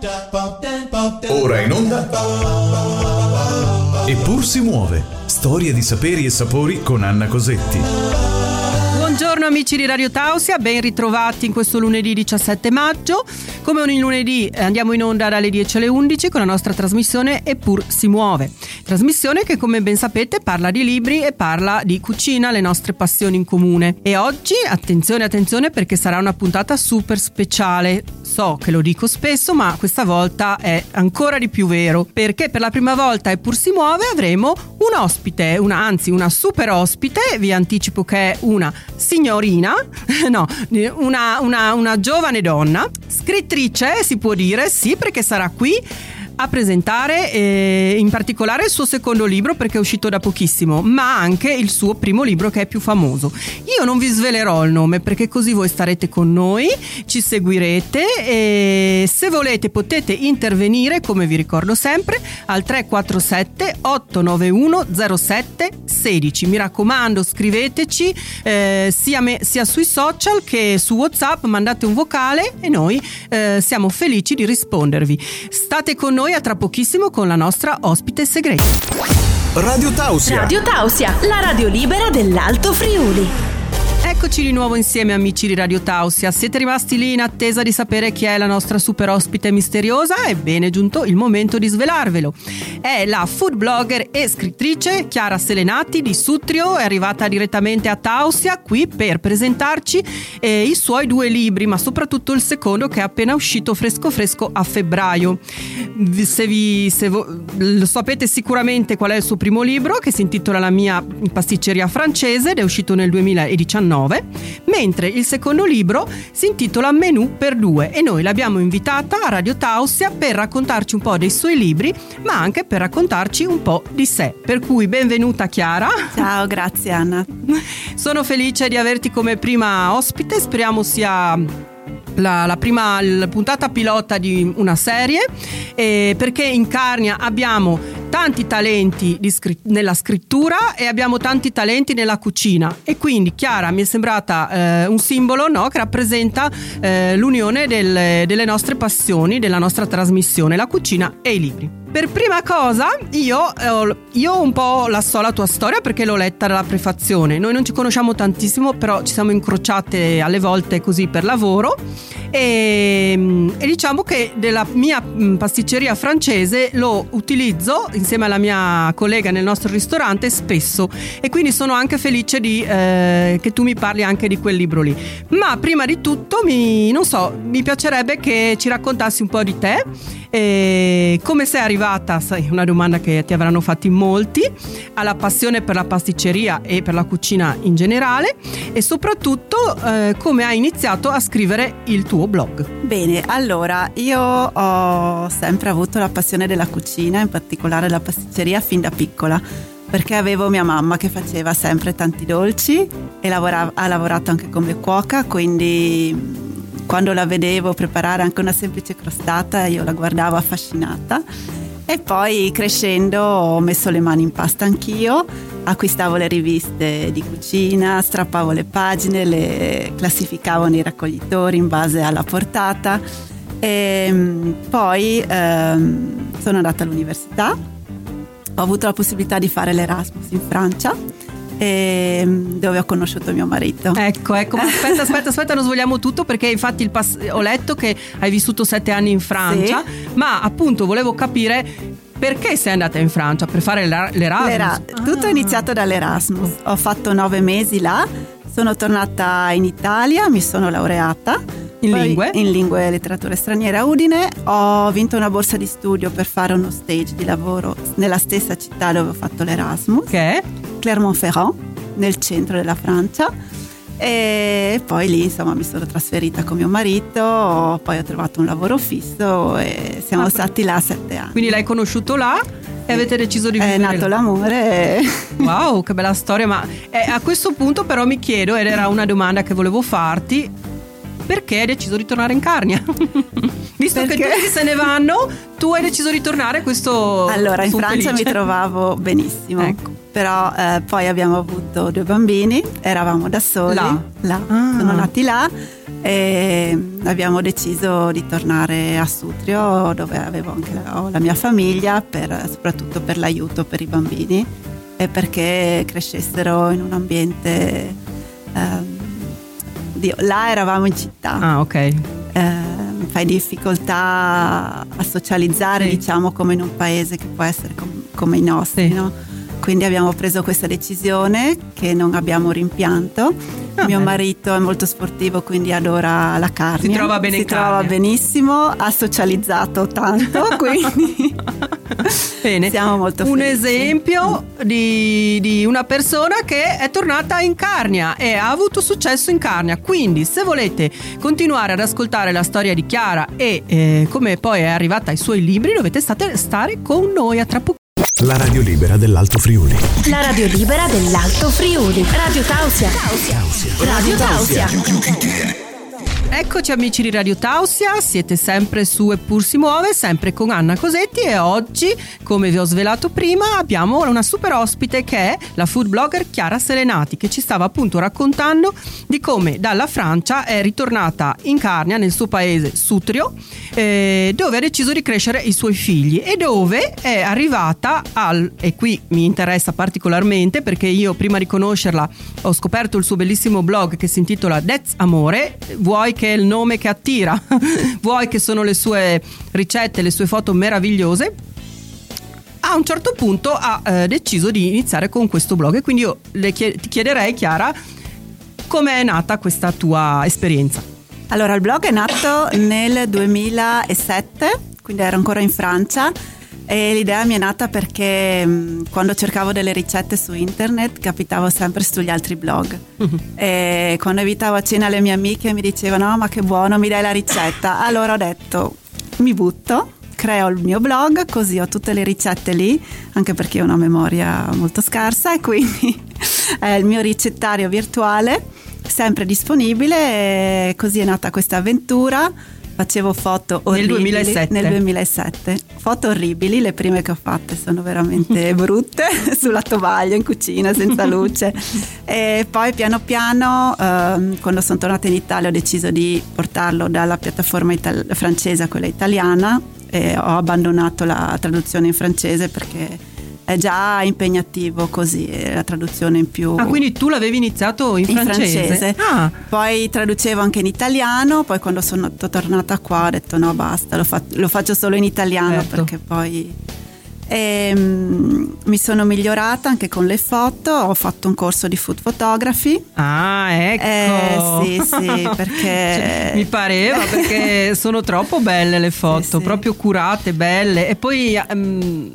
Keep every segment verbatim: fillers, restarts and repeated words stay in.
Ora in onda Eppur si muove. Storie di saperi e sapori con Anna Cosetti. Buongiorno amici di Radio Tausia, ben ritrovati in questo lunedì diciassette maggio. Come ogni lunedì andiamo in onda dalle dieci alle undici con la nostra trasmissione Eppur si muove. Trasmissione che, come ben sapete, parla di libri e parla di cucina, le nostre passioni in comune. E oggi, attenzione, attenzione, perché sarà una puntata super speciale. So che lo dico spesso, ma questa volta è ancora di più vero, perché per la prima volta a Eppur si muove avremo un ospite, una, anzi una super ospite. Vi anticipo che è una signorina, no, una, una, una giovane donna, scrittrice, si può dire, sì, perché sarà qui a presentare eh, in particolare il suo secondo libro, perché è uscito da pochissimo, ma anche il suo primo libro, che è più famoso. Io non vi svelerò il nome, perché così voi starete con noi, ci seguirete e se volete potete intervenire, come vi ricordo sempre, al tre quattro sette otto nove uno zero sette uno sei. Mi raccomando, scriveteci eh, sia, me, sia sui social che su WhatsApp, mandate un vocale e noi eh, siamo felici di rispondervi. State con noi, a tra pochissimo con la nostra ospite segreta. Radio Tausia. Radio Tausia, la radio libera dell'Alto Friuli. Eccoci di nuovo insieme amici di Radio Tausia. Siete rimasti lì in attesa di sapere chi è la nostra super ospite misteriosa? Ebbene, è giunto il momento di svelarvelo. È la food blogger e scrittrice Chiara Selenati di Sutrio. È arrivata direttamente a Tausia qui per presentarci eh, i suoi due libri, ma soprattutto il secondo, che è appena uscito fresco fresco a febbraio. Se vi se vo, lo sapete sicuramente qual è il suo primo libro, che si intitola La mia pasticceria francese ed è uscito nel duemiladiciannove, mentre il secondo libro si intitola Menù per due e noi l'abbiamo invitata a Radio Tausia per raccontarci un po' dei suoi libri, ma anche per raccontarci un po' di sé. Per cui benvenuta Chiara. Ciao, grazie Anna. Sono felice di averti come prima ospite, speriamo sia La, la prima la puntata pilota di una serie, eh, perché in Carnia abbiamo tanti talenti di scritt- nella scrittura e abbiamo tanti talenti nella cucina, e quindi Chiara mi è sembrata eh, un simbolo, no, che rappresenta eh, l'unione del, delle nostre passioni, della nostra trasmissione, la cucina e i libri. Per prima cosa io, eh, io un po' la so la tua storia perché l'ho letta dalla prefazione. Noi non ci conosciamo tantissimo, però ci siamo incrociate alle volte così per lavoro e, e diciamo che della mia pasticceria francese lo utilizzo insieme alla mia collega nel nostro ristorante spesso, e quindi sono anche felice di, eh, che tu mi parli anche di quel libro lì. Ma prima di tutto mi, non so, mi piacerebbe che ci raccontassi un po' di te. E come sei arrivata, sai, una domanda che ti avranno fatto in molti, alla passione per la pasticceria e per la cucina in generale, e soprattutto eh, come hai iniziato a scrivere il tuo blog. Bene, allora io ho sempre avuto la passione della cucina, in particolare la pasticceria, fin da piccola, perché avevo mia mamma che faceva sempre tanti dolci e lavora- ha lavorato anche come cuoca, quindi quando la vedevo preparare anche una semplice crostata io la guardavo affascinata. E poi crescendo ho messo le mani in pasta anch'io, acquistavo le riviste di cucina, strappavo le pagine, le classificavo nei raccoglitori in base alla portata, e poi ehm, sono andata all'università, ho avuto la possibilità di fare l'Erasmus in Francia, dove ho conosciuto mio marito. Ecco, ecco, ma aspetta, aspetta, aspetta, non svogliamo tutto, perché infatti il pass- ho letto che hai vissuto sette anni in Francia, sì. Ma appunto volevo capire perché sei andata in Francia, per fare l'Erasmus. L'era- ah. Tutto è iniziato dall'Erasmus, ho fatto nove mesi là, sono tornata in Italia, mi sono laureata in Poi, lingue? In lingue e letteratura straniera a Udine, ho vinto una borsa di studio per fare uno stage di lavoro nella stessa città dove ho fatto l'Erasmus, che è Clermont-Ferrand, nel centro della Francia, e poi lì insomma mi sono trasferita con mio marito, poi ho trovato un lavoro fisso e siamo ah, stati là sette anni. Quindi l'hai conosciuto là e avete deciso di vivere là? È nato là. L'amore. Wow, che bella storia. Ma eh, a questo punto però mi chiedo, ed era una domanda che volevo farti, perché hai deciso di tornare in Carnia? Visto perché? Che tutti se ne vanno, tu hai deciso di tornare. Questo allora in Francia felice. Mi trovavo benissimo, ecco. Però eh, poi abbiamo avuto due bambini, eravamo da soli là, là. Ah. Sono nati là e abbiamo deciso di tornare a Sutrio, dove avevo anche la, ho la mia famiglia, per, soprattutto per l'aiuto per i bambini e perché crescessero in un ambiente ehm, di, là eravamo in città. Ah, ok. Eh, fai difficoltà a socializzare, sì. diciamo, come in un paese che può essere com- come i nostri, sì. no? Quindi abbiamo preso questa decisione che non abbiamo rimpianto. Ah, Mio bene. marito è molto sportivo, quindi adora la carne. Si trova bene si in carne. trova benissimo, ha socializzato tanto, quindi bene. siamo molto Un felici. esempio di, di una persona che è tornata in Carnia e ha avuto successo in Carnia. Quindi se volete continuare ad ascoltare la storia di Chiara e eh, come poi è arrivata ai suoi libri, dovete state, stare con noi a tra poco. La radio libera dell'Alto Friuli. La radio libera dell'Alto Friuli. Radio Tausia. Radio Tausia. Eccoci amici di Radio Tausia, siete sempre su Eppur si muove, sempre con Anna Cosetti e oggi, come vi ho svelato prima, abbiamo una super ospite che è la food blogger Chiara Serenati, che ci stava appunto raccontando di come dalla Francia è ritornata in Carnia, nel suo paese Sutrio, eh, dove ha deciso di crescere i suoi figli e dove è arrivata al, e qui mi interessa particolarmente perché io prima di conoscerla ho scoperto il suo bellissimo blog che si intitola That's Amore, vuoi che è il nome che attira, vuoi che sono le sue ricette, le sue foto meravigliose. A un certo punto ha eh, deciso di iniziare con questo blog e quindi io le chied- ti chiederei, Chiara, come è nata questa tua esperienza? Allora, il blog è nato nel duemilasette, quindi ero ancora in Francia. E l'idea mi è nata perché mh, quando cercavo delle ricette su internet capitavo sempre sugli altri blog. Uh-huh. E quando invitavo a cena le mie amiche mi dicevano oh, ma che buono, mi dai la ricetta? Allora ho detto mi butto, creo il mio blog, così ho tutte le ricette lì, anche perché ho una memoria molto scarsa e quindi è il mio ricettario virtuale sempre disponibile e così è nata questa avventura. Facevo foto orribili nel duemilasette. Nel duemilasette. Foto orribili, le prime che ho fatte sono veramente brutte, sulla tovaglia, in cucina, senza luce. E poi piano piano, ehm, quando sono tornata in Italia, ho deciso di portarlo dalla piattaforma ital- francese a quella italiana e ho abbandonato la traduzione in francese perché è già impegnativo così, la traduzione in più. Ah, quindi tu l'avevi iniziato in, in francese? francese. Ah. Poi traducevo anche in italiano, poi quando sono tornata qua ho detto no basta, lo, fa- lo faccio solo in italiano, certo. Perché poi e, um, mi sono migliorata anche con le foto, ho fatto un corso di food photography. Ah, ecco. Eh, sì, sì, perché cioè, mi pareva perché sono troppo belle le foto, sì, sì. Proprio curate, belle e poi um,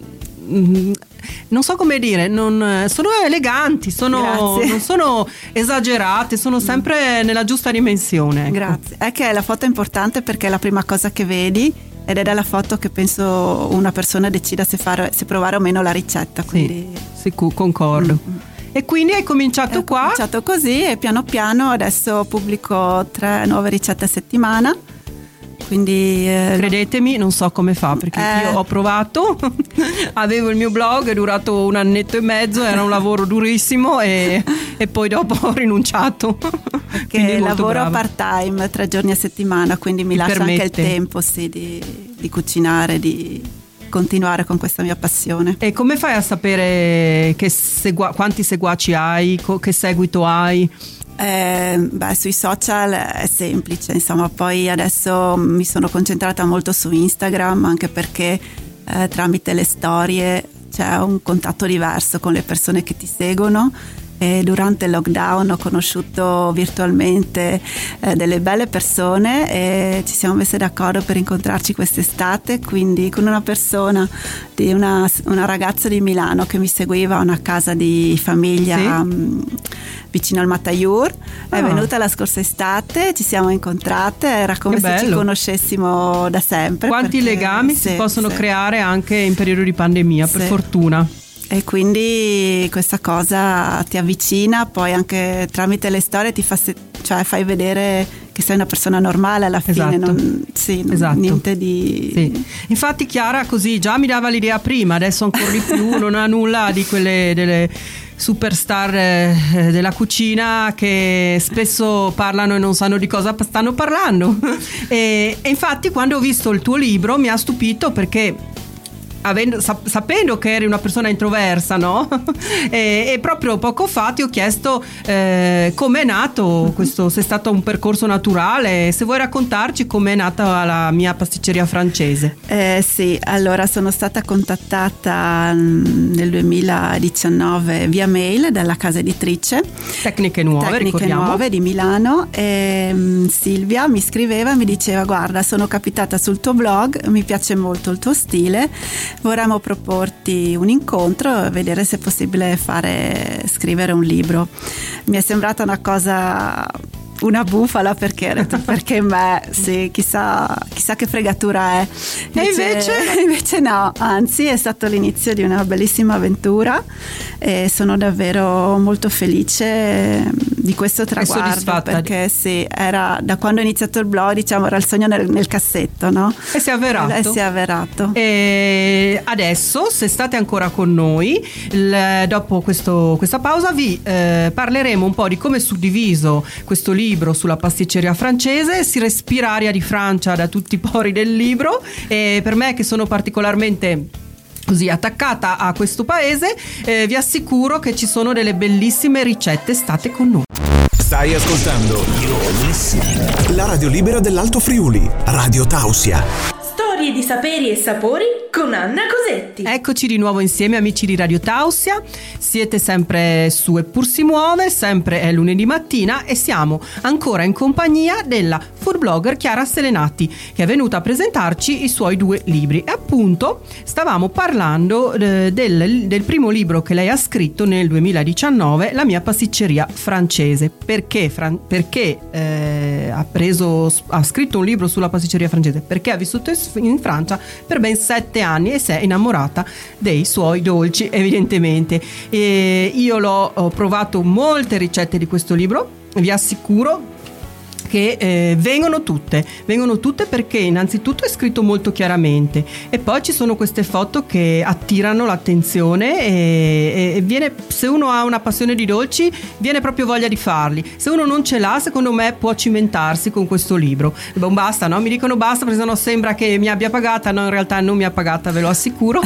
non so come dire, non, sono eleganti, sono, non sono esagerate, sono sempre nella giusta dimensione. Ecco. Grazie. È che la foto è importante perché è la prima cosa che vedi ed è dalla foto che penso una persona decida se, fare, se provare o meno la ricetta. Quindi... Sì, sì, concordo. Mm-hmm. E quindi hai cominciato Ho qua? Ho cominciato così e piano piano adesso pubblico tre nuove ricette a settimana. Quindi eh, credetemi, non so come fa perché eh. io ho provato, avevo il mio blog, è durato un annetto e mezzo, era un lavoro durissimo e, e poi dopo ho rinunciato. Che lavoro brava. Part time, tre giorni a settimana, quindi mi, mi lascia permette. Anche il tempo sì, di, di cucinare, di continuare con questa mia passione. E come fai a sapere che segua- quanti seguaci hai, co- che seguito hai? Eh, beh, sui social è semplice, insomma, poi adesso mi sono concentrata molto su Instagram anche perché eh, tramite le storie c'è un contatto diverso con le persone che ti seguono e durante il lockdown ho conosciuto virtualmente eh, delle belle persone e ci siamo messe d'accordo per incontrarci quest'estate, quindi con una persona di una, una ragazza di Milano che mi seguiva a una casa di famiglia, sì? um, vicino al Mataiur, ah. È venuta la scorsa estate, ci siamo incontrate, era come se ci conoscessimo da sempre. Quanti perché, legami sì, si possono sì. creare anche in periodo di pandemia, sì. Per fortuna. E quindi questa cosa ti avvicina, poi anche tramite le storie ti fa se- cioè fai vedere che sei una persona normale alla fine, esatto. non, sì, non, esatto. niente di... Sì. Infatti Chiara così già mi dava l'idea prima, adesso ancora di più, non ha nulla di quelle delle superstar eh, della cucina che spesso parlano e non sanno di cosa stanno parlando. e, e infatti quando ho visto il tuo libro mi ha stupito perché Avendo, sap- sapendo che eri una persona introversa, no? e, e proprio poco fa ti ho chiesto eh, com'è nato questo, se è stato un percorso naturale, se vuoi raccontarci com'è nata la mia pasticceria francese. Eh, sì, allora sono stata contattata nel duemiladiciannove via mail dalla casa editrice Tecniche Nuove, Tecniche ricordiamo. Nuove di Milano, e um, Silvia mi scriveva e mi diceva: guarda, sono capitata sul tuo blog, mi piace molto il tuo stile, vorremmo proporti un incontro e vedere se è possibile fare scrivere un libro. Mi è sembrata una cosa, una bufala, perché perché me sì, chissà, chissà che fregatura è. Invece, e invece? invece no, anzi è stato l'inizio di una bellissima avventura e sono davvero molto felice di questo traguardo, perché sì, era da quando ho iniziato il blog, diciamo, era il sogno nel, nel cassetto, no? E si è avverato. E si è avverato. E adesso, se state ancora con noi, il, dopo questo, questa pausa vi eh, parleremo un po' di come è suddiviso questo libro sulla pasticceria francese. Si respira aria di Francia da tutti i pori del libro, e per me che sono particolarmente così attaccata a questo paese, eh, vi assicuro che ci sono delle bellissime ricette. State con noi. Stai ascoltando la radio libera dell'Alto Friuli, Radio Tausia. Storie di saperi e sapori con Anna Cosetti. Eccoci di nuovo insieme, amici di Radio Tausia. Siete sempre su Eppur si muove, sempre è lunedì mattina, e siamo ancora in compagnia della food blogger Chiara Selenati, che è venuta a presentarci i suoi due libri. E appunto stavamo parlando eh, del, del primo libro che lei ha scritto nel duemiladiciannove, La mia pasticceria francese. Perché, fran- perché eh, ha preso ha scritto un libro sulla pasticceria francese? Perché ha vissuto in Francia per ben sette anni e si è innamorata dei suoi dolci, evidentemente. E io l'ho ho provato molte ricette di questo libro, vi assicuro che eh, vengono tutte vengono tutte perché innanzitutto è scritto molto chiaramente, e poi ci sono queste foto che attirano l'attenzione, e, e viene, se uno ha una passione di dolci, viene proprio voglia di farli. Se uno non ce l'ha, secondo me può cimentarsi con questo libro. Beh, basta, no? Mi dicono basta perché sennò sembra che mi abbia pagata. No, in realtà non mi ha pagata, ve lo assicuro.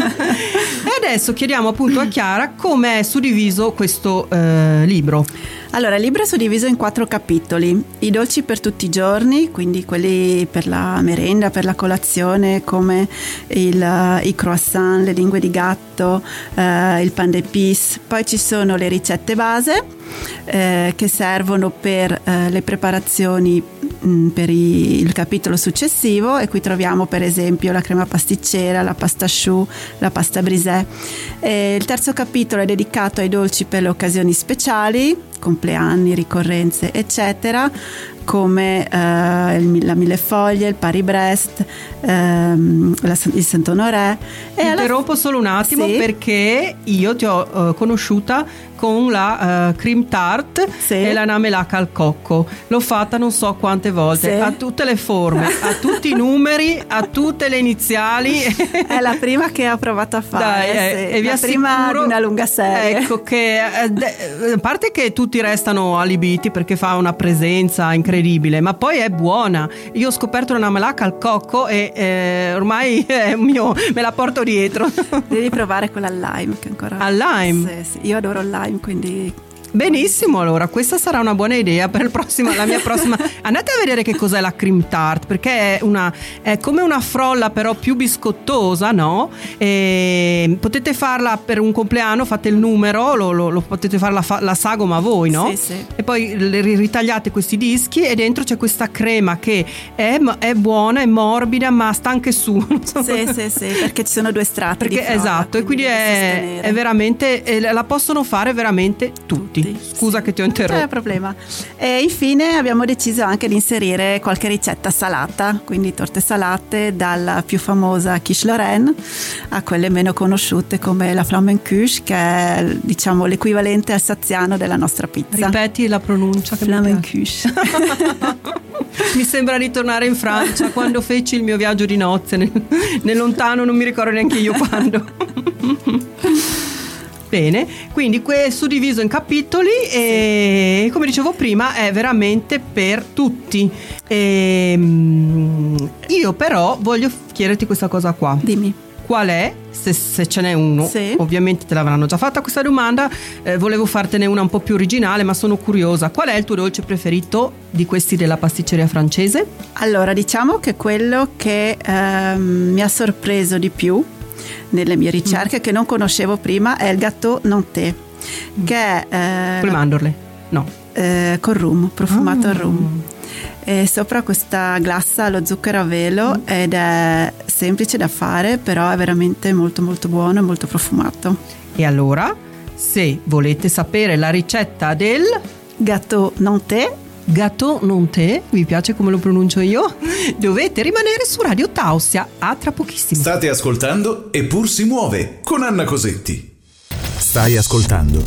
E adesso chiediamo appunto a Chiara come è suddiviso questo eh, libro. Allora, il libro è suddiviso in quattro capitoli: i dolci per tutti i giorni, quindi quelli per la merenda, per la colazione, come il, i croissant, le lingue di gatto, eh, il pain d'épices. Poi ci sono le ricette base eh, che servono per eh, le preparazioni mh, per i, il capitolo successivo, e qui troviamo per esempio la crema pasticcera, la pasta choux, la pasta brisée. E il terzo capitolo è dedicato ai dolci per le occasioni speciali, compleanni, ricorrenze, eccetera, come eh, il, la millefoglie, il Paris-Brest, ehm, la, il Saint-Honoré. Ti interrompo solo un attimo, sì, perché io ti ho uh, conosciuta con la uh, cream tart, sì, e la namelaca al cocco. L'ho fatta non so quante volte, sì, a tutte le forme, a tutti i numeri, a tutte le iniziali. È la prima che ho provato a fare. Dai, sì. eh, e vi la assicuro, prima di una lunga serie. Ecco che eh, de- a parte che tutti restano allibiti perché fa una presenza incredibile, ma poi è buona. Io ho scoperto la namelaca al cocco e eh, ormai è mio, me la porto dietro. Devi provare quella al lime, che ancora al lime? Sì, sì. Io adoro il lime, quindi benissimo, allora questa sarà una buona idea per il prossimo, la mia prossima. Andate a vedere che cos'è la cream tart, perché è, una, è come una frolla però più biscottosa, no? E potete farla per un compleanno, fate il numero, lo, lo, lo potete fare la, la sagoma voi, no? Sì, sì. E poi ritagliate questi dischi e dentro c'è questa crema che è, è buona, è morbida, ma sta anche su. Non so sì, sì, sì, perché ci sono due strati perché, di frolla, esatto, e quindi è, è veramente, la possono fare veramente tutti. Scusa, sì, che ti ho interrotto. Non c'è problema. E infine abbiamo deciso anche di inserire qualche ricetta salata, quindi torte salate, dalla più famosa quiche Lorraine a quelle meno conosciute come la Flammekuche, che è, diciamo, l'equivalente alsaziano della nostra pizza. Ripeti la pronuncia che Flammekuche. Mi sembra ritornare in Francia quando feci il mio viaggio di nozze nel, nel lontano, non mi ricordo neanche io quando. Bene, quindi è suddiviso in capitoli e come dicevo prima è veramente per tutti. E, io però voglio chiederti questa cosa qua. Dimmi. Qual è, se, se ce n'è uno, sì. Ovviamente te l'avranno già fatta questa domanda, eh, volevo fartene una un po' più originale, ma sono curiosa. Qual è il tuo dolce preferito di questi della pasticceria francese? Allora, diciamo che quello che ehm, mi ha sorpreso di più nelle mie ricerche, mm. che non conoscevo prima, è il gâteau nantais, mm. che è eh, con le mandorle? No. Eh, con rum, profumato oh. al rum. E sopra questa glassa allo zucchero a velo, mm. ed è semplice da fare, però è veramente molto molto buono e molto profumato. E allora, se volete sapere la ricetta del gâteau nantais, gâteau nantais, mi piace come lo pronuncio io, dovete rimanere su Radio Tausia. A tra pochissimo. State ascoltando Eppur si muove con Anna Cosetti. Stai ascoltando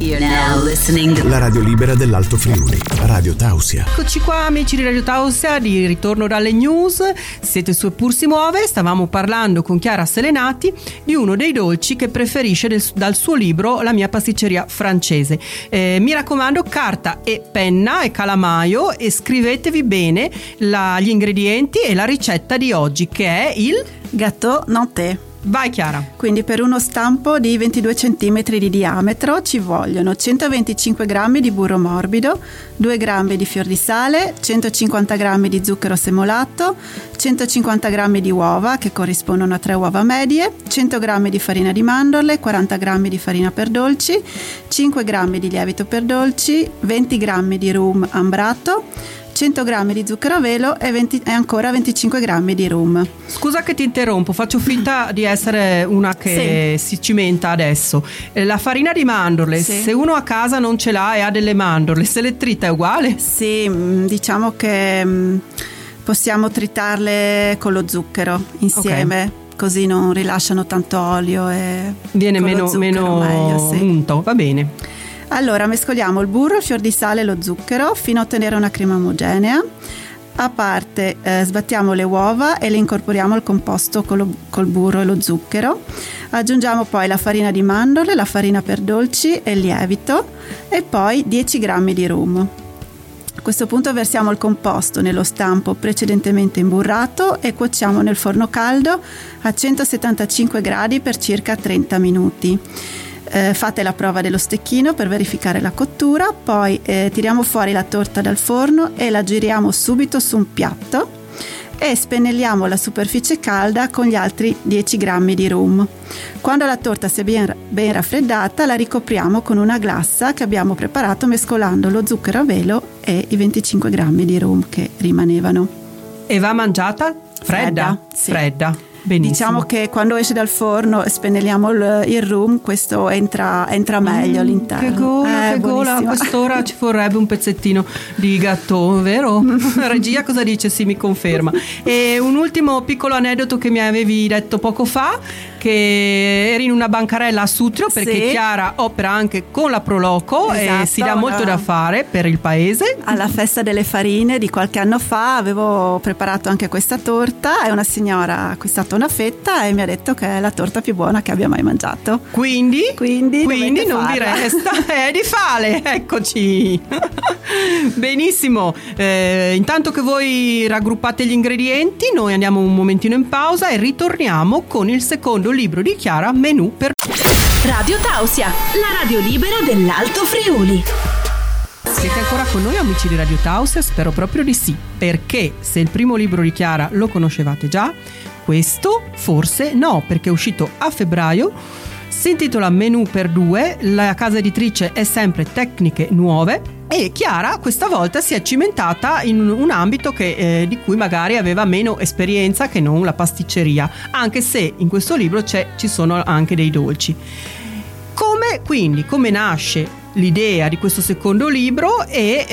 la radio libera dell'Alto Friuli, Radio Tausia. Eccoci qua amici di Radio Tausia, di ritorno dalle news. Siete su Eppur si muove. Stavamo parlando con Chiara Selenati di uno dei dolci che preferisce del, dal suo libro La mia pasticceria francese. eh, Mi raccomando, carta e penna e calamaio e scrivetevi bene la, gli ingredienti e la ricetta di oggi, che è il gâteau nantais. Vai Chiara. Quindi per uno stampo di ventidue centimetri di diametro ci vogliono centoventicinque grammi di burro morbido, due grammi di fior di sale, centocinquanta grammi di zucchero semolato, centocinquanta grammi di uova che corrispondono a tre uova medie, cento grammi di farina di mandorle, quaranta grammi di farina per dolci, cinque grammi di lievito per dolci, venti grammi di rum ambrato, cento grammi di zucchero a velo e, venti, e ancora venticinque grammi di rum. Scusa che ti interrompo, faccio finta di essere una che sì. si cimenta adesso. La farina di mandorle, sì. se uno a casa non ce l'ha e ha delle mandorle, se le trita è uguale? Sì, diciamo che possiamo tritarle con lo zucchero insieme. Okay. Così non rilasciano tanto olio e viene meno, meno meglio, sì. unto, va bene. Allora mescoliamo il burro, il fior di sale e lo zucchero fino a ottenere una crema omogenea. A parte eh, sbattiamo le uova e le incorporiamo al composto col, col burro e lo zucchero. Aggiungiamo poi la farina di mandorle, la farina per dolci e il lievito e poi dieci grammi di rum. A questo punto versiamo il composto nello stampo precedentemente imburrato e cuociamo nel forno caldo a centosettantacinque gradi per circa trenta minuti. Eh, fate la prova dello stecchino per verificare la cottura, poi eh, tiriamo fuori la torta dal forno e la giriamo subito su un piatto e spennelliamo la superficie calda con gli altri dieci grammi di rum. Quando la torta sia ben, ben raffreddata la ricopriamo con una glassa che abbiamo preparato mescolando lo zucchero a velo e i venticinque grammi di rum che rimanevano. E va mangiata fredda? Fredda, sì. Fredda. Benissimo. Diciamo che quando esce dal forno e spennelliamo il, il rum, questo entra, entra meglio mm, all'interno. Che gola, eh, che gola, a quest'ora ci vorrebbe un pezzettino di gâteau, vero? Regia cosa dice? Sì, mi conferma. E un ultimo piccolo aneddoto che mi avevi detto poco fa, che eri in una bancarella a Sutrio, perché sì. Chiara opera anche con la Proloco, esatto, e si dà molto da fare per il paese. Alla festa delle farine di qualche anno fa avevo preparato anche questa torta e una signora ha acquistato una fetta e mi ha detto che è la torta più buona che abbia mai mangiato. Quindi? Quindi, quindi non vi resta è di fale, eccoci. Benissimo, eh, intanto che voi raggruppate gli ingredienti noi andiamo un momentino in pausa e ritorniamo con il secondo libro di Chiara, Menù per Radio Tausia, la radio libera dell'Alto Friuli. Siete ancora con noi amici di Radio Tausia? Spero proprio di sì, perché se il primo libro di Chiara lo conoscevate già, questo forse no, perché è uscito a febbraio, si intitola Menù per due, la casa editrice è sempre Tecniche Nuove e Chiara questa volta si è cimentata in un ambito che, eh, di cui magari aveva meno esperienza che non la pasticceria, anche se in questo libro c'è, ci sono anche dei dolci. Come quindi, come nasce l'idea di questo secondo libro e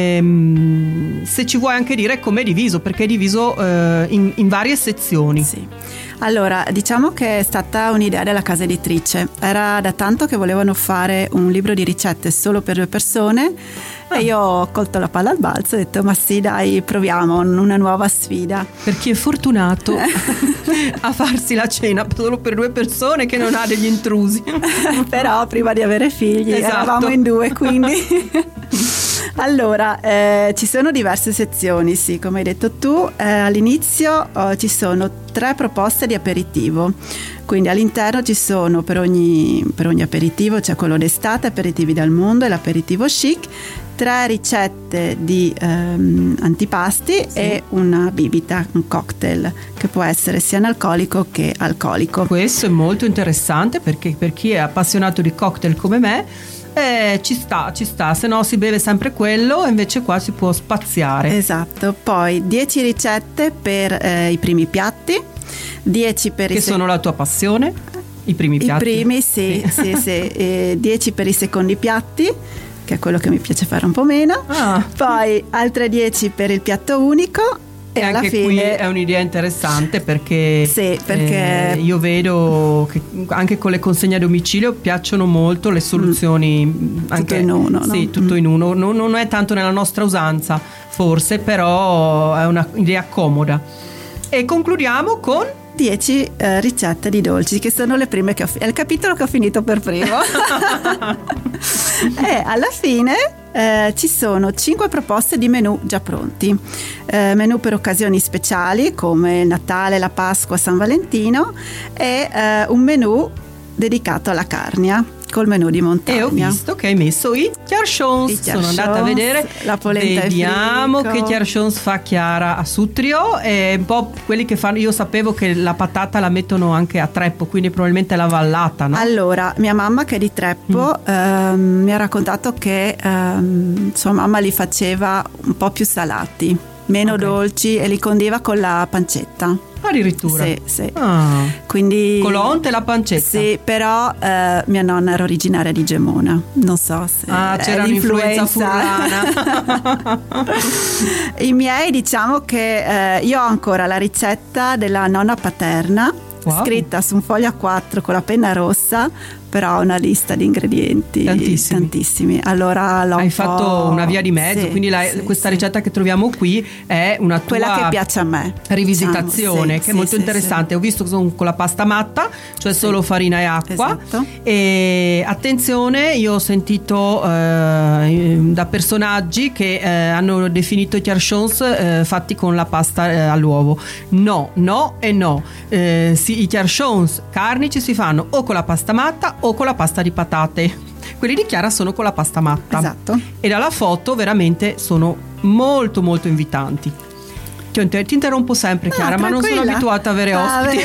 ehm, se ci vuoi anche dire com'è diviso, perché è diviso eh, in, in varie sezioni. Sì. Allora, diciamo che è stata un'idea della casa editrice. Era da tanto che volevano fare un libro di ricette solo per due persone E io ho colto la palla al balzo e ho detto ma sì dai, proviamo una nuova sfida. Per chi è fortunato a farsi la cena solo per due persone che non ha degli intrusi. Però prima di avere figli, esatto, eravamo in due, quindi allora eh, ci sono diverse sezioni, sì, come hai detto tu. eh, all'inizio oh, ci sono tre proposte di aperitivo, quindi all'interno ci sono per ogni, per ogni aperitivo c'è quello d'estate, aperitivi dal mondo e l'aperitivo chic, tre ricette di ehm, antipasti, sì, e una bibita, un cocktail che può essere sia analcolico che alcolico. Questo è molto interessante perché per chi è appassionato di cocktail come me Eh, ci sta, ci sta, se no si beve sempre quello, e invece qua si può spaziare. Esatto. Poi dieci ricette per eh, i primi piatti, dieci per che i sono se- la tua passione, i primi piatti. I primi, sì, sì, sì, sì. E dieci per i secondi piatti, che è quello che mi piace fare un po' meno. Ah. Poi altre dieci per il piatto unico. E, e alla anche fine qui è un'idea interessante perché, sì, perché eh, io vedo che anche con le consegne a domicilio piacciono molto le soluzioni, mm. anche, tutto in uno, sì, no? tutto mm. in uno. Non, non è tanto nella nostra usanza forse, però è un'idea comoda. E concludiamo con dieci eh, ricette di dolci, che sono le prime che ho finito. È il capitolo che ho finito per primo. E alla fine eh, ci sono cinque proposte di menù già pronti, eh, menù per occasioni speciali come il Natale, la Pasqua, San Valentino, e eh, un menù dedicato alla carnia col menù di montagna. E ho visto che hai messo i chiarchons, sono andata a vedere, la polenta, vediamo che chiarchons fa Chiara a Sutrio, e un po' quelli che fanno, io sapevo che la patata la mettono anche a Treppo, quindi probabilmente la vallata, no? Allora, mia mamma che è di Treppo mm. ehm, mi ha raccontato che ehm, sua mamma li faceva un po' più salati, meno okay. dolci, e li condiva con la pancetta. Addirittura? Sì, sì. Ah. Quindi Colonte e la pancetta. Sì, però eh, mia nonna era originaria di Gemona. Non so se ah, c'era un'influenza furlana. I miei, diciamo che eh, io ho ancora la ricetta della nonna paterna, wow, scritta su un foglio a quattro con la penna rossa, però una lista di ingredienti tantissimi, tantissimi. Allora l'ho hai un fatto una via di mezzo, sì, quindi la, sì, questa sì. ricetta che troviamo qui è una tua, quella che piace a me, rivisitazione, diciamo, sì, che è sì, molto sì, interessante. sì. Ho visto che sono con la pasta matta, cioè sì, solo farina e acqua. Esatto. E attenzione, io ho sentito eh, da personaggi che eh, hanno definito i chiarchons eh, fatti con la pasta eh, all'uovo. No, no e no. Eh, sì, i chiarchons carnici si fanno o con la pasta matta o con la pasta di patate. Quelli di Chiara sono con la pasta matta. Esatto. E dalla foto veramente sono molto molto invitanti. Ti, ti interrompo sempre, Chiara, ah, ma non sono abituata a avere ospiti.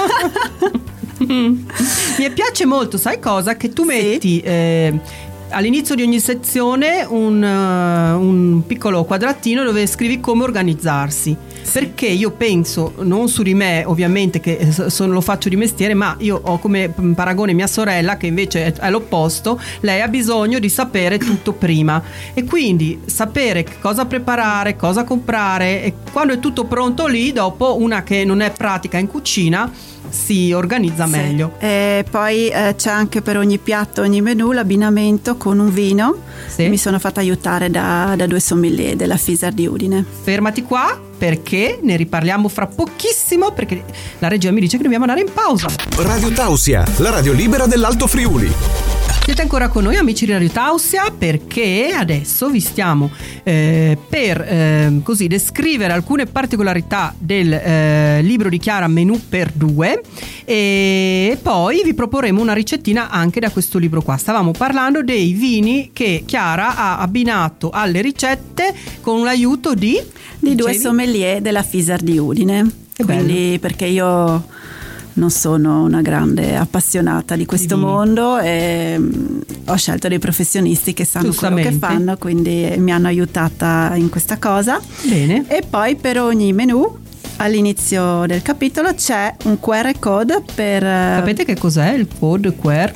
Ah, mi piace molto, sai cosa? Che tu metti sì. eh, all'inizio di ogni sezione un, uh, un piccolo quadratino dove scrivi come organizzarsi. Sì. Perché io penso, non su di me ovviamente, che sono, lo faccio di mestiere, ma io ho come paragone mia sorella che invece è, è l'opposto. Lei ha bisogno di sapere tutto prima, e quindi sapere cosa preparare, cosa comprare, e quando è tutto pronto lì, dopo una che non è pratica in cucina si organizza sì. meglio. E poi eh, c'è anche per ogni piatto, ogni menù, l'abbinamento con un vino. Sì. Mi sono fatta aiutare da, da due sommelier della Fisar di Udine. Fermati qua, perché ne riparliamo fra pochissimo, perché la regia mi dice che dobbiamo andare in pausa. Radio Tausia, la radio libera dell'Alto Friuli. Siete ancora con noi, amici di Radio Tausia, perché adesso vi stiamo eh, per eh, così descrivere alcune particolarità del eh, libro di Chiara Menù per due, e poi vi proporremo una ricettina anche da questo libro qua. Stavamo parlando dei vini che Chiara ha abbinato alle ricette con l'aiuto di di due sommelier della Fisar di Udine. Che quindi bello. Perché io non sono una grande appassionata di questo di mondo, e ho scelto dei professionisti che sanno quello che fanno, quindi mi hanno aiutata in questa cosa. Bene. E poi per ogni menù all'inizio del capitolo c'è un Q R code per... Sapete che cos'è il code Q R?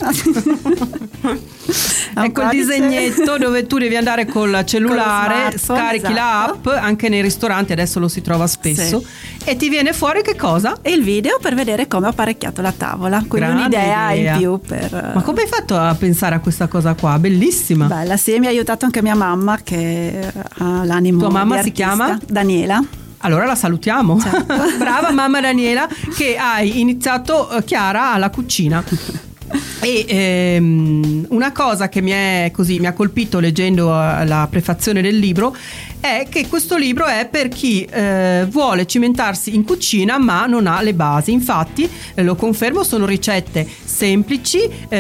Ecco il disegnetto dove tu devi andare col cellulare, scarichi esatto. l'app, anche nei ristoranti adesso lo si trova spesso, sì. E ti viene fuori che cosa? E il video per vedere come ho apparecchiato la tavola, quindi Grande un'idea idea. in più per... Ma come hai fatto a pensare a questa cosa qua? Bellissima. Bella, sì, mi ha aiutato anche mia mamma che ha l'animo. Tua mamma di si chiama? Daniela. Allora la salutiamo. Certo. Brava mamma Daniela, che hai iniziato, Chiara, alla cucina. E ehm, una cosa che mi è così mi ha colpito leggendo la prefazione del libro è che questo libro è per chi eh, vuole cimentarsi in cucina ma non ha le basi. Infatti eh, lo confermo, sono ricette semplici,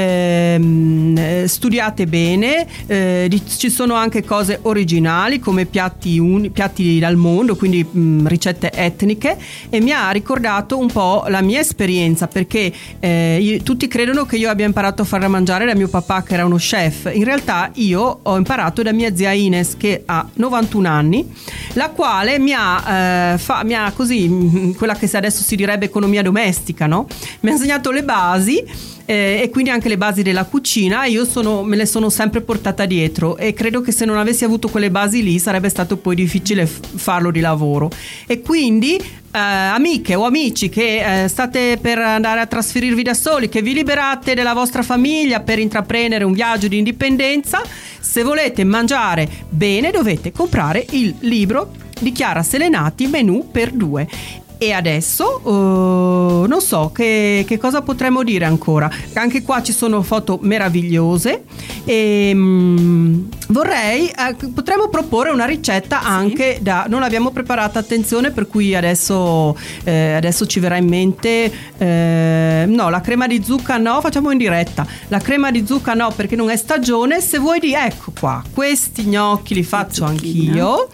ehm, studiate bene, eh, ci sono anche cose originali come piatti, un, piatti dal mondo, quindi mh, ricette etniche, e mi ha ricordato un po' la mia esperienza, perché eh, io, tutti credono che io abbia imparato a fare da mangiare da mio papà che era uno chef. In realtà io ho imparato da mia zia Ines che ha novantuno anni, la quale mi ha, eh, fa, mi ha così, quella che adesso si direbbe economia domestica, no? Mi ha insegnato le basi eh, e quindi anche le basi della cucina. Io sono, me le sono sempre portata dietro e credo che se non avessi avuto quelle basi lì sarebbe stato poi difficile f- farlo di lavoro. E quindi Uh, amiche o amici che uh, state per andare a trasferirvi da soli, che vi liberate della vostra famiglia per intraprendere un viaggio di indipendenza, se volete mangiare bene dovete comprare il libro di Chiara Selenati, Menù per due. E adesso uh, non so che, che cosa potremmo dire ancora. Anche qua ci sono foto meravigliose e um, vorrei uh, potremmo proporre una ricetta anche sì. da non l'abbiamo preparata, attenzione, per cui adesso eh, adesso ci verrà in mente eh, no, la crema di zucca no, facciamo in diretta la crema di zucca no, perché non è stagione. Se vuoi di ecco qua, questi gnocchi li faccio anch'io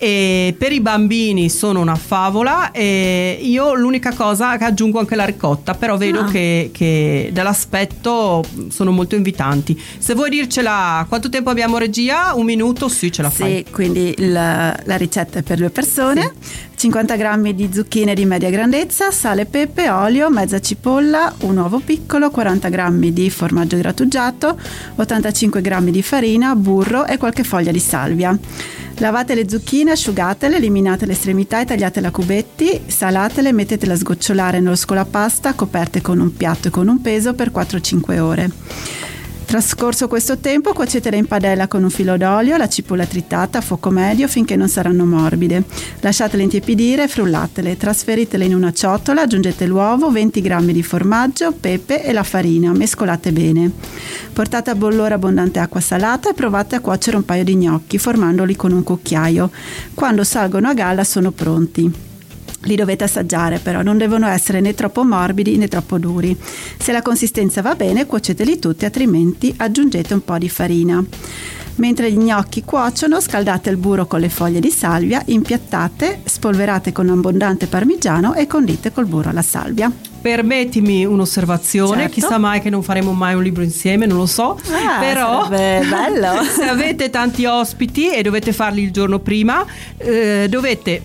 e per i bambini sono una favola. E io l'unica cosa che aggiungo anche la ricotta, però vedo ah. che, che dall'aspetto sono molto invitanti. Se vuoi dircela, quanto tempo abbiamo, regia? Un minuto? Sì, ce la fai. Sì, quindi la, la ricetta è per due persone. Sì. cinquanta grammi di zucchine di media grandezza, sale, pepe, olio, mezza cipolla, un uovo piccolo, quaranta grammi di formaggio grattugiato, ottantacinque grammi di farina, burro e qualche foglia di salvia. Lavate le zucchine, asciugatele, eliminate le estremità e tagliatele a cubetti, salatele, mettetele a sgocciolare nello scolapasta, coperte con un piatto e con un peso per quattro cinque ore. Trascorso questo tempo, cuocetele in padella con un filo d'olio, la cipolla tritata a fuoco medio finché non saranno morbide. Lasciatele intiepidire e frullatele. Trasferitele in una ciotola, aggiungete l'uovo, venti grammi di formaggio, pepe e la farina. Mescolate bene. Portate a bollore abbondante acqua salata e provate a cuocere un paio di gnocchi formandoli con un cucchiaio. Quando salgono a galla sono pronti. Li dovete assaggiare, però non devono essere né troppo morbidi né troppo duri. Se la consistenza va bene, cuoceteli tutti, altrimenti aggiungete un po' di farina. Mentre gli gnocchi cuociono, scaldate il burro con le foglie di salvia, impiattate, spolverate con abbondante parmigiano e condite col burro alla salvia. Permettimi un'osservazione, certo. Chissà mai che non faremo mai un libro insieme, non lo so, ah, però bello. Se avete tanti ospiti e dovete farli il giorno prima, eh, dovete...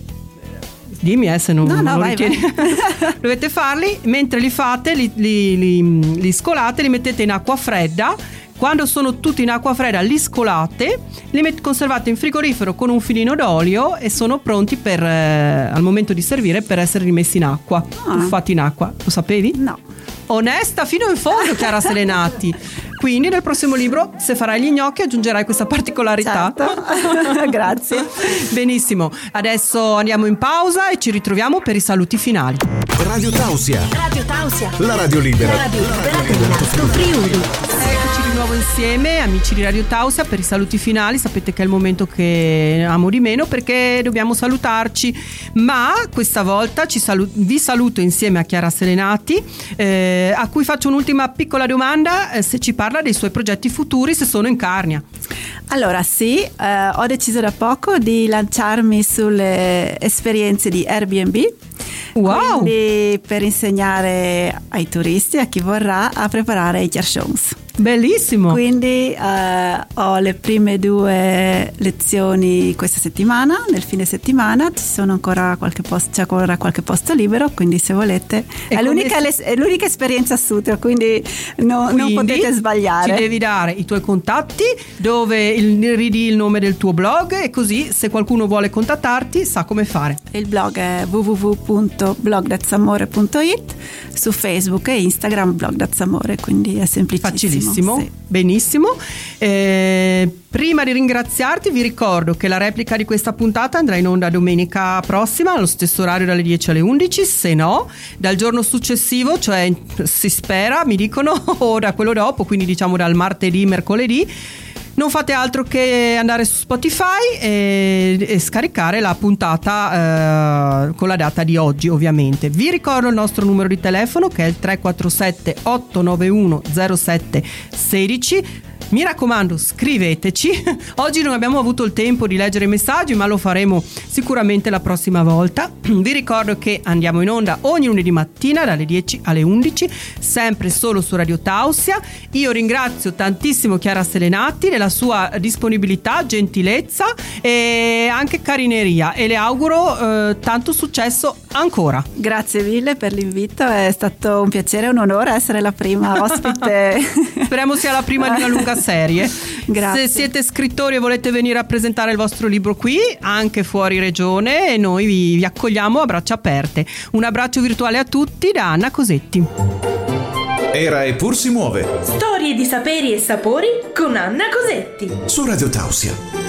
Dimmi eh, se non, no, no, non lo vai, ritieni. Vai. Dovete farli, mentre li fate, li, li, li, li scolate, li mettete in acqua fredda. Quando sono tutti in acqua fredda li scolate, li met- conservate in frigorifero con un filino d'olio e sono pronti per eh, al momento di servire per essere rimessi in acqua, ah. tuffati in acqua. Lo sapevi? No. Onesta fino in fondo, Chiara Selenati. Quindi nel prossimo libro, se farai gli gnocchi, aggiungerai questa particolarità. Certo. Grazie. Benissimo, adesso andiamo in pausa e ci ritroviamo per i saluti finali. Radio Tausia. Radio Tausia. La radio libera. La radio libera dell'Alto Friuli. Eccoci di nuovo insieme, amici di Radio Tausia, per i saluti finali. Sapete che è il momento che amo di meno perché dobbiamo salutarci, ma questa volta ci salu- vi saluto insieme a Chiara Selenati, eh, a cui faccio un'ultima piccola domanda, eh, se ci parla dei suoi progetti futuri, se sono in Carnia. Allora sì, eh, ho deciso da poco di lanciarmi sulle esperienze di Airbnb. Wow! Quindi per insegnare ai turisti, a chi vorrà, a preparare i chiarsons. Bellissimo. Quindi eh, ho le prime due lezioni questa settimana, nel fine settimana ci sono ancora qualche posto, c'è ancora qualche posto libero, quindi se volete è l'unica, se... è l'unica esperienza a Sutro, quindi, no, quindi non potete sbagliare. Ci devi dare i tuoi contatti, dove il, ridi il nome del tuo blog, e così se qualcuno vuole contattarti sa come fare. Il blog è w w w punto blog dazzamore punto i t, su Facebook e Instagram blog dazzamore, quindi è semplicissimo. Facilissimo, sì. Benissimo. Eh, prima di ringraziarti vi ricordo che la replica di questa puntata andrà in onda domenica prossima allo stesso orario dalle dieci alle undici, se no dal giorno successivo, cioè si spera, mi dicono, o da quello dopo, quindi diciamo dal martedì, mercoledì. Non fate altro che andare su Spotify e, e scaricare la puntata eh, con la data di oggi, ovviamente. Vi ricordo il nostro numero di telefono, che è il tre quattro sette otto nove uno zero sette uno sei. Mi raccomando, scriveteci. Oggi non abbiamo avuto il tempo di leggere i messaggi, ma lo faremo sicuramente la prossima volta. Vi ricordo che andiamo in onda ogni lunedì mattina dalle dieci alle undici, sempre solo su Radio Tausia. Io ringrazio tantissimo Chiara Selenati della sua disponibilità, gentilezza e anche carineria, e le auguro eh, tanto successo ancora. Grazie mille per l'invito, è stato un piacere e un onore essere la prima ospite. Speriamo sia la prima di una lunga serie. Grazie. Se siete scrittori e volete venire a presentare il vostro libro qui, anche fuori regione, e noi vi, vi accogliamo a braccia aperte. Un abbraccio virtuale a tutti da Anna Cosetti. Era Eppur si muove. Storie di saperi e sapori con Anna Cosetti Su Radio Tausia.